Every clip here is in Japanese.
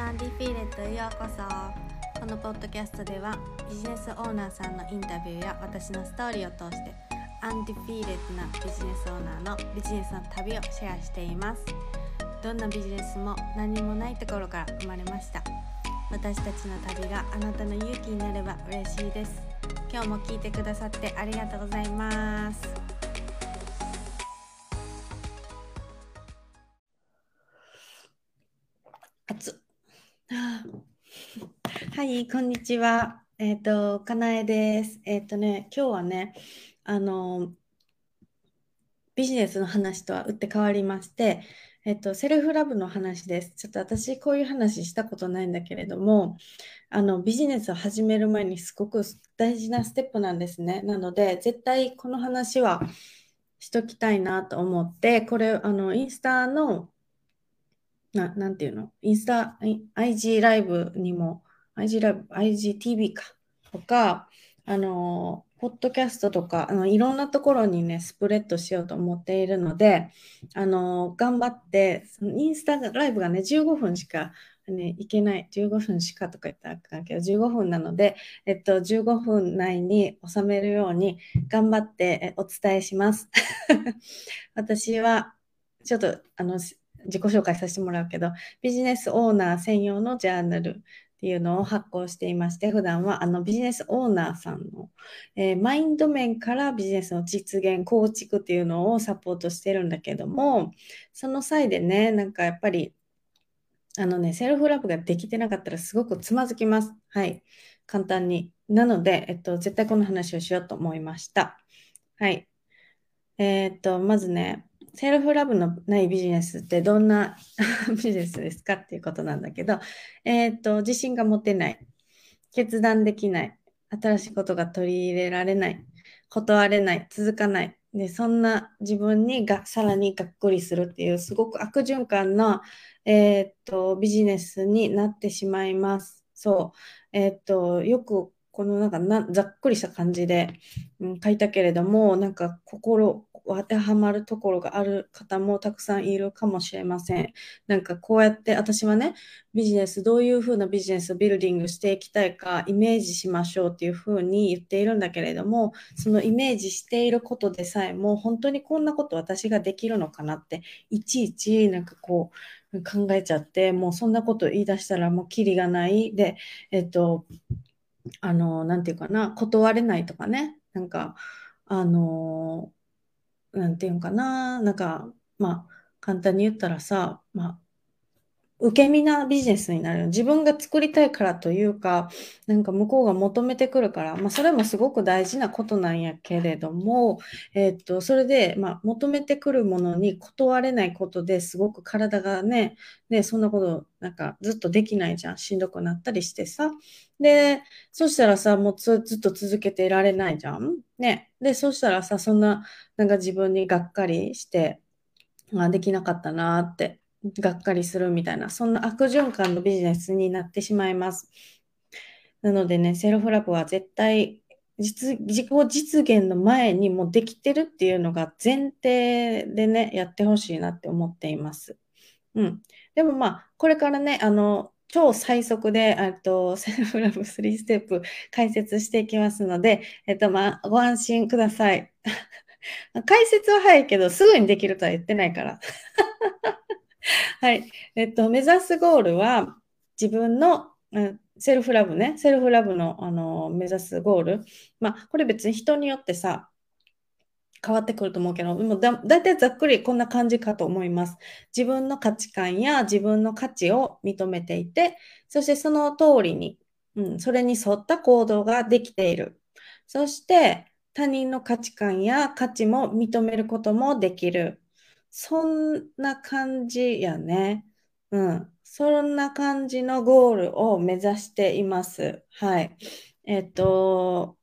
アンディフィーレットへようこそ。このポッドキャストではビジネスオーナーさんのインタビューや私のストーリーを通してアンディフィーレットなビジネスオーナーのビジネスの旅をシェアしています。どんなビジネスも何もないところから生まれました。私たちの旅があなたの勇気になれば嬉しいです。今日も聞いてくださってありがとうございます。はい、こんにちは。かなえです。今日はね、ビジネスの話とは打って変わりまして、セルフラブの話です。ちょっと私、こういう話したことないんだけれども、ビジネスを始める前にすごく大事なステップなんですね。なので、絶対この話はしときたいなと思って、これ、インスタの、なんていうのインスタ、IG ライブにも、IG ライブ、IGTV か、とか、ポッドキャストとか、いろんなところにね、スプレッドしようと思っているので、頑張って、そのインスタライブがね、15分しか、ね、いけない、15分しかとか言ったらあかんけど、15分なので、15分内に収めるように頑張ってお伝えします。私は、ちょっと、自己紹介させてもらうけど、ビジネスオーナー専用のジャーナルっていうのを発行していまして、普段はビジネスオーナーさんの、マインド面からビジネスの実現、構築っていうのをサポートしてるんだけども、その際でね、なんかやっぱり、セルフラブができてなかったらすごくつまずきます。はい。簡単に。なので、絶対この話をしようと思いました。はい。まずね、セルフラブのないビジネスってどんなビジネスですかっていうことなんだけど、自信が持てない、決断できない、新しいことが取り入れられない、断れない、続かない。で、そんな自分にさらにがっくりするっていう、すごく悪循環な、ビジネスになってしまいます。そう。よくこのざっくりした感じで、書いたけれども、なんか心当てはまるところがある方もたくさんいるかもしれません。なんかこうやって私はね、どういうふうなビジネスをビルディングしていきたいかイメージしましょうっていうふうに言っているんだけれども、そのイメージしていることでさえも本当にこんなこと私ができるのかなっていちいちなんかこう考えちゃって、もうそんなこと言い出したらもうキリがないで、なんていうかな、断れないとかね、なんか、あの、なんていうのかな、なんか、まあ、簡単に言ったらさ、受け身なビジネスになる。自分が作りたいからというか、なんか向こうが求めてくるから、それもすごく大事なことなんやけれども、それで、求めてくるものに断れないことですごく体がね、そんなこと、なんかずっとできないじゃん。しんどくなったりしてさ。で、そしたらさ、もうずっと続けていられないじゃん。ね。で、そしたらさ、そんな、なんか自分にがっかりして、できなかったなーって、がっかりするみたいな、そんな悪循環のビジネスになってしまいます。なのでね、セルフラブは絶対、自己実現の前にもうできてるっていうのが前提でね、やってほしいなって思っています。うん。でもこれからね、超最速で、セルフラブ3ステップ解説していきますので、ご安心ください。解説は早いけど、すぐにできるとは言ってないから。はい。目指すゴールは、自分の、セルフラブね、セルフラブの、目指すゴール。これ別に人によってさ、変わってくると思うけど、でもだいたいざっくりこんな感じかと思います。自分の価値観や自分の価値を認めていて、そしてその通りに、それに沿った行動ができている。そして他人の価値観や価値も認めることもできる。そんな感じやね。そんな感じのゴールを目指しています。はい。えっと、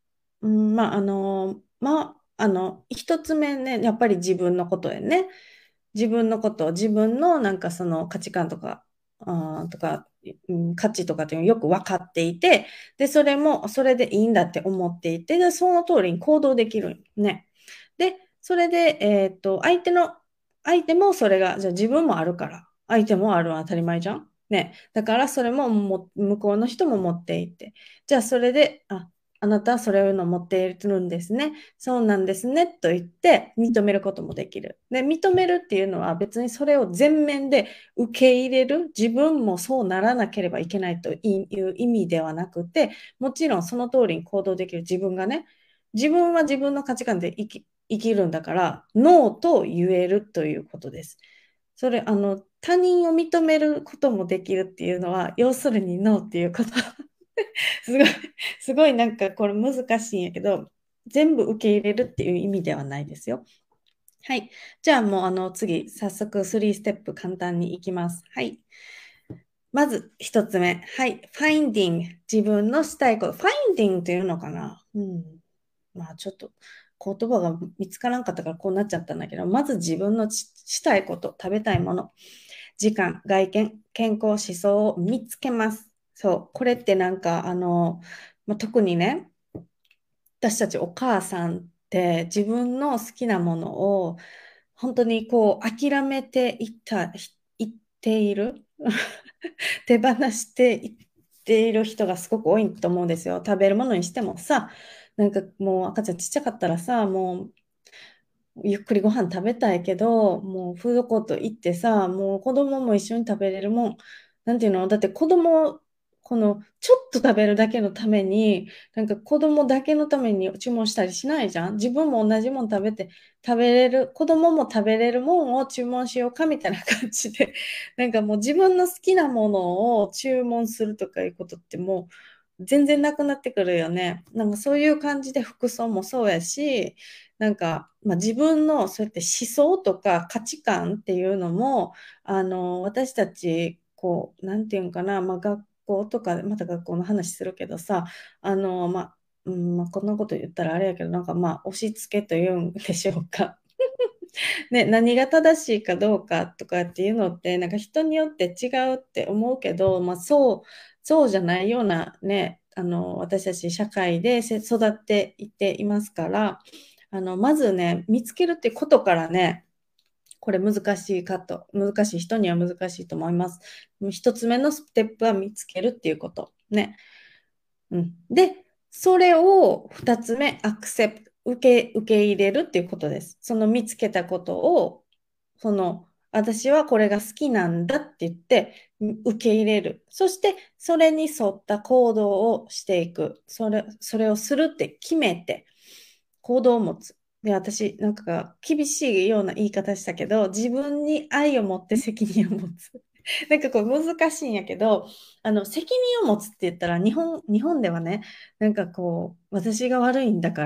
一つ目ね、やっぱり自分のことでね、自分のこと、自分のなんかその価値観とか、価値とかっていうのをよく分かっていて、で、それも、それでいいんだって思っていて、で、その通りに行動できるね。で、それで、相手もそれが、じゃあ自分もあるから、相手もあるのは当たり前じゃんね。だからそれも向こうの人も持っていて。じゃあそれで、あなたはそれを持っているんですね。そうなんですね。と言って認めることもできる。で、認めるっていうのは別にそれを全面で受け入れる。自分もそうならなければいけないという意味ではなくて、もちろんその通りに行動できる自分がね、自分は自分の価値観で生きるんだから、ノーと言えるということです。それ、他人を認めることもできるっていうのは、要するにノーっていうこと。すごい、すごいなんかこれ難しいんやけど、全部受け入れるっていう意味ではないですよ。はい。じゃあもう次、早速3ステップ簡単にいきます。はい。まず一つ目。はい。finding。自分のしたいこと。finding っていうのかな。うん。まあちょっと言葉が見つからんかったからこうなっちゃったんだけど、まず自分のしたいこと、食べたいもの、時間、外見、健康、思想を見つけます。そう。これってなんか、特にね、私たちお母さんって自分の好きなものを本当にこう諦めていっている手放していっている人がすごく多いと思うんですよ。食べるものにしてもさ、なんかもう赤ちゃんちっちゃかったらさ、もうゆっくりご飯食べたいけど、もうフードコート行ってさ、もう子供も一緒に食べれるもん。なんていうのだって子供、このちょっと食べるだけのために、なんか子供だけのために注文したりしないじゃん。自分も同じもん食べて、食べれる、子供も食べれるもんを注文しようかみたいな感じで、なんかもう自分の好きなものを注文するとかいうことってもう全然なくなってくるよね。なんかそういう感じで服装もそうやし、なんか、自分のそうやって思想とか価値観っていうのも、私たち、こう、なんていうんかな、学校とか、また学校の話するけどさ、こんなこと言ったらあれやけど、なんか押し付けというんでしょうか。ね、何が正しいかどうかとかっていうのって、なんか人によって違うって思うけど、そうじゃないようなね、私たち社会で育っていっていますから、まずね、見つけるってことからね、これ難しい人には難しいと思います。一つ目のステップは見つけるっていうこと。ね。うん。で、それを二つ目、アクセプト、受け入れるっていうことです。その見つけたことを、私はこれが好きなんだって言って、受け入れる。そして、それに沿った行動をしていく。それをするって決めて、行動を持つ。で、私、なんか厳しいような言い方したけど、自分に愛を持って責任を持つ。なんかこう難しいんやけど、責任を持つって言ったら、日本ではね、なんかこう、私が悪いんだから、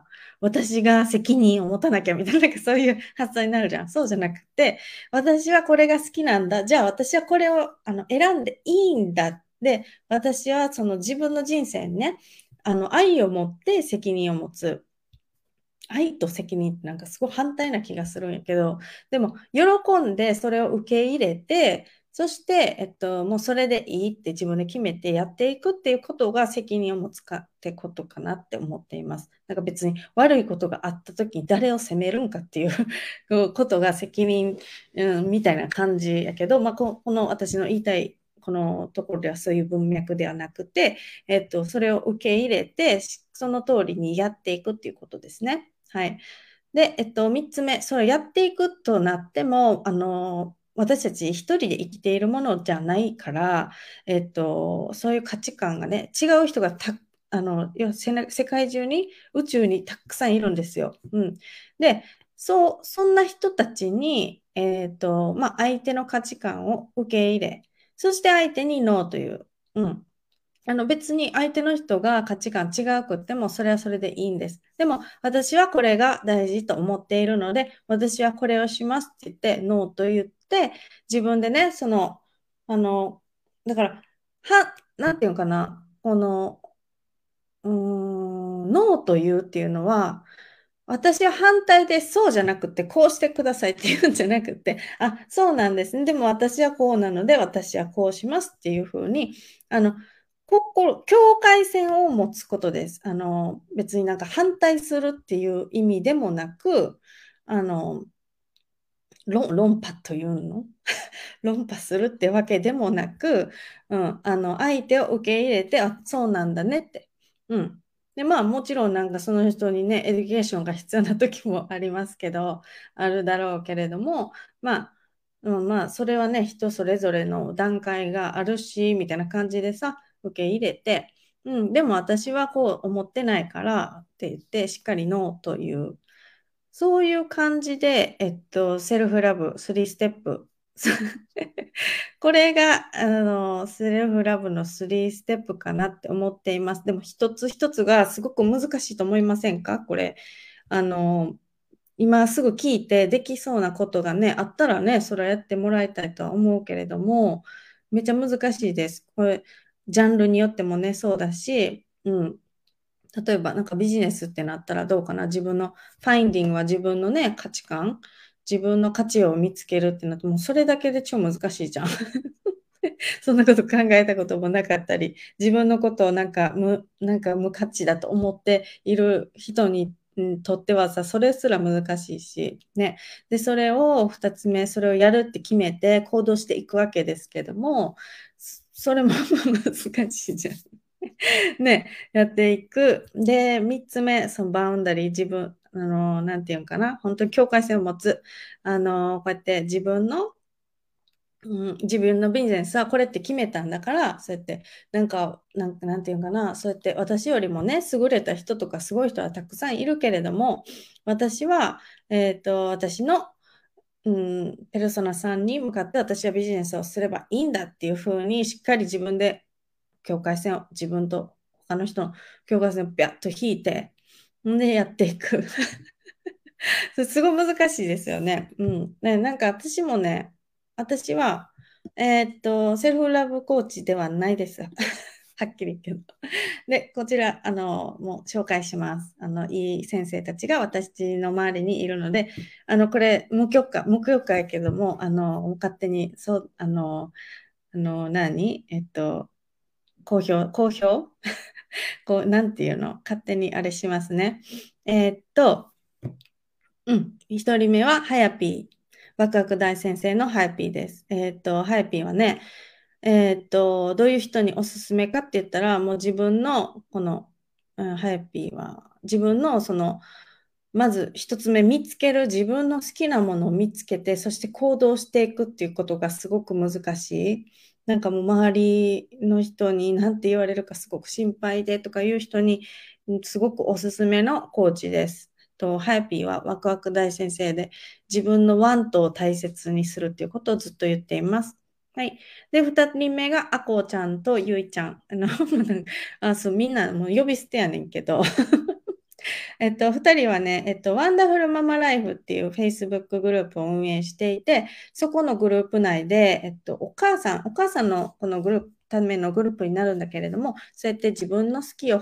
私が責任を持たなきゃみたいな、なんかそういう発想になるじゃん。そうじゃなくて、私はこれが好きなんだ。じゃあ私はこれを選んでいいんだ。で、私はその自分の人生にね、愛を持って責任を持つ。愛と責任ってなんかすごい反対な気がするんやけど、でも喜んでそれを受け入れて、そして、もうそれでいいって自分で決めてやっていくっていうことが責任を持つかってことかなって思っています。なんか別に悪いことがあった時に誰を責めるんかっていうことが責任、みたいな感じやけど、この私の言いたいこのところではそういう文脈ではなくて、それを受け入れて、その通りにやっていくっていうことですね。はい。で、3つ目、それやっていくとなっても、私たち一人で生きているものじゃないから、そういう価値観がね、違う人が世界中に、宇宙にたくさんいるんですよ。うん。で、そんな人たちに、相手の価値観を受け入れ、そして相手にノーという、うん、別に相手の人が価値観違くってもそれはそれでいいんです。でも私はこれが大事と思っているので私はこれをしますって言ってノーと言って自分でね、あの、だから、なんていうのかな、ノーと言うっていうのは私は反対でそうじゃなくてこうしてくださいっていうんじゃなくて、そうなんですね。でも私はこうなので私はこうしますっていうふうに、あの、境界線を持つことです。別になんか反対するっていう意味でもなく、あの、 論破というの論破するってわけでもなく、相手を受け入れて、あ、そうなんだねって。うん。で、まあ、もちろんなんかその人にね、エデュケーションが必要な時もありますけど、あるだろうけれども、まあ、まあ、それはね、人それぞれの段階があるし、みたいな感じでさ、受け入れて、でも私はこう思ってないからって言って、しっかりノーという、そういう感じで、セルフラブ3ステップ。これが、セルフラブの3ステップかなって思っています。でも一つ一つがすごく難しいと思いませんかこれ。あの、今すぐ聞いてできそうなことがね、あったらね、それはやってもらいたいとは思うけれども、めっちゃ難しいです。これ、ジャンルによってもね、そうだし、例えばなんかビジネスってなったらどうかな。自分の、ファインディングは自分のね、価値観、自分の価値を見つけるってなって、もうそれだけで超難しいじゃん。そんなこと考えたこともなかったり、自分のことをなんか無価値だと思っている人に、とってはさ、それすら難しいし、ね。で、それを二つ目、それをやるって決めて行動していくわけですけども、それも難しいじゃん。ね、やっていく。で、三つ目、そのバウンダリー、自分、なんていうのかな、本当に境界線を持つ。こうやって自分のビジネスはこれって決めたんだから、そうやって、なんていうのかな、そうやって私よりもね、優れた人とかすごい人はたくさんいるけれども、私は、私の、ペルソナさんに向かって私はビジネスをすればいいんだっていうふうに、しっかり自分で境界線を、自分と他の人の境界線をビャッと引いて、んでやっていく。それすごい難しいですよね。ね、なんか私もね、私は、セルフラブコーチではないです。はっきり言うけど。で、こちら、もう紹介します。いい先生たちが私の周りにいるので、これ、無許可やけども、勝手に、そう、何公表こう、なんていうの勝手にあれしますね。えーっと、一人目は、はやぴー。ワクワク大先生のはやぴーです。はやぴーはね、どういう人におすすめかって言ったら、もう自分の、はやぴーは、自分の、まず一つ目、見つける、自分の好きなものを見つけて、そして行動していくっていうことがすごく難しい。なんかもう周りの人に何て言われるかすごく心配でとかいう人に、すごくおすすめのコーチです。ハヤピーはワクワク大先生で、自分のワントを大切にするっていうことをずっと言っています。はい。で、二人目があこうちゃんとゆいちゃん。そう、みんなもう呼び捨てやねんけど。二人はね、ワンダフルママライフっていう Facebook グループを運営していて、そこのグループ内で、お母さんのこのグループ、ためのグループになるんだけれども、そうやって自分の好きを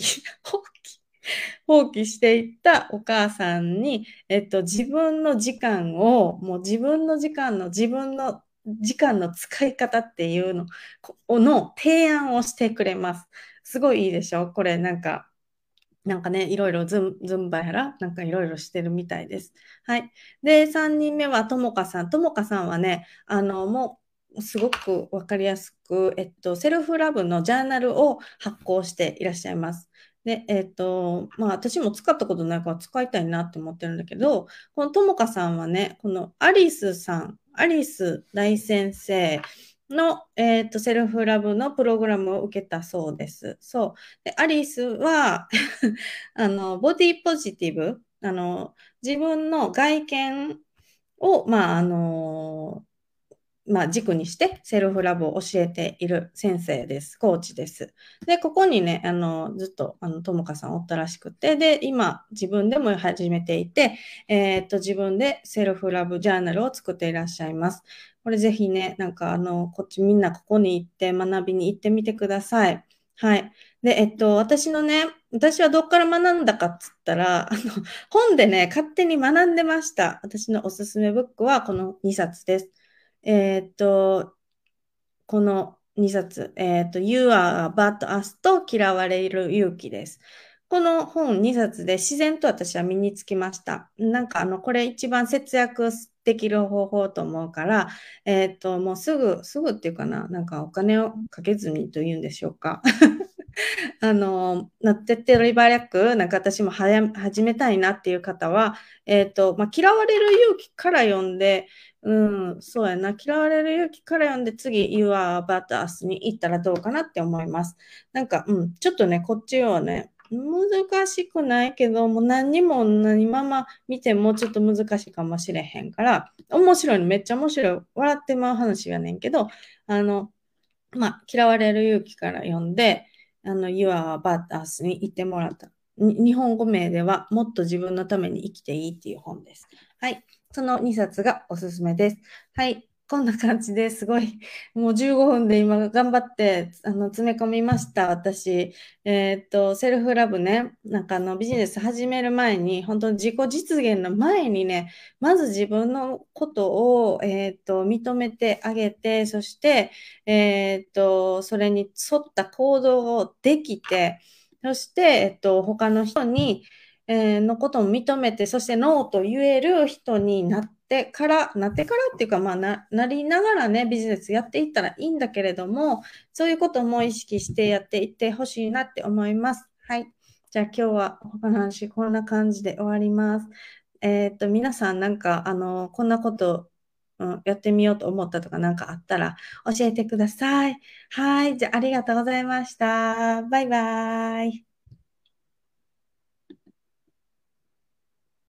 放棄していったお母さんに、自分の時間を、もう自分の時間の使い方っていうの提案をしてくれます。すごいいいでしょこれなんかね、いろいろズンバやら、なんかいろいろしてるみたいです。はい。で、3人目はともかさん。ともかさんはね、もう、すごくわかりやすく、セルフラブのジャーナルを発行していらっしゃいます。で、まあ、私も使ったことないから使いたいなって思ってるんだけど、このともかさんはね、このアリス大先生の、セルフラブのプログラムを受けたそうです。そう。で、アリスはボディポジティブ、自分の外見を、軸にしてセルフラブを教えている先生です。コーチです。で、ここにね、ずっと、ともかさんおったらしくて、で、今、自分でも始めていて、自分でセルフラブジャーナルを作っていらっしゃいます。これぜひね、なんか、こっちみんなここに行って学びに行ってみてください。はい。で、私はどっから学んだかっつったら、本でね、勝手に学んでました。私のおすすめブックはこの2冊です。えーっと、この2冊、You are but us と嫌われる勇気です。 この本2冊で自然と私は身につきました。なんかこれ一番節約できる方法と思うから、もうすぐっていうかな、なんかお金をかけずにというんでしょうか。手っ取り早く、なんか私も始めたいなっていう方は、嫌われる勇気から読んで、そうやな、嫌われる勇気から読んで、次、You are about us に行ったらどうかなって思います。なんか、ちょっとね、こっちはね、難しくないけど、もう何にも何まま見てもちょっと難しいかもしれへんから、面白いの、めっちゃ面白い、笑ってまう話やねんけど、あの、嫌われる勇気から読んで、You are about us に言ってもらった。日本語名では、もっと自分のために生きていいっていう本です。はい。その2冊がおすすめです。はい。こんな感じですごい、もう15分で今頑張って、詰め込みました、私。セルフラブね、なんかビジネス始める前に、本当に自己実現の前にね、まず自分のことを、認めてあげて、そして、それに沿った行動をできて、そして、他の人に、のことも認めて、そしてノーと言える人になってからっていうか、なりながらね、ビジネスやっていったらいいんだけれども、そういうことも意識してやっていってほしいなって思います。はい。じゃあ今日は他の話こんな感じで終わります。皆さんなんか、こんなこと、やってみようと思ったとかなんかあったら教えてください。はい。じゃあありがとうございました。バイバイ。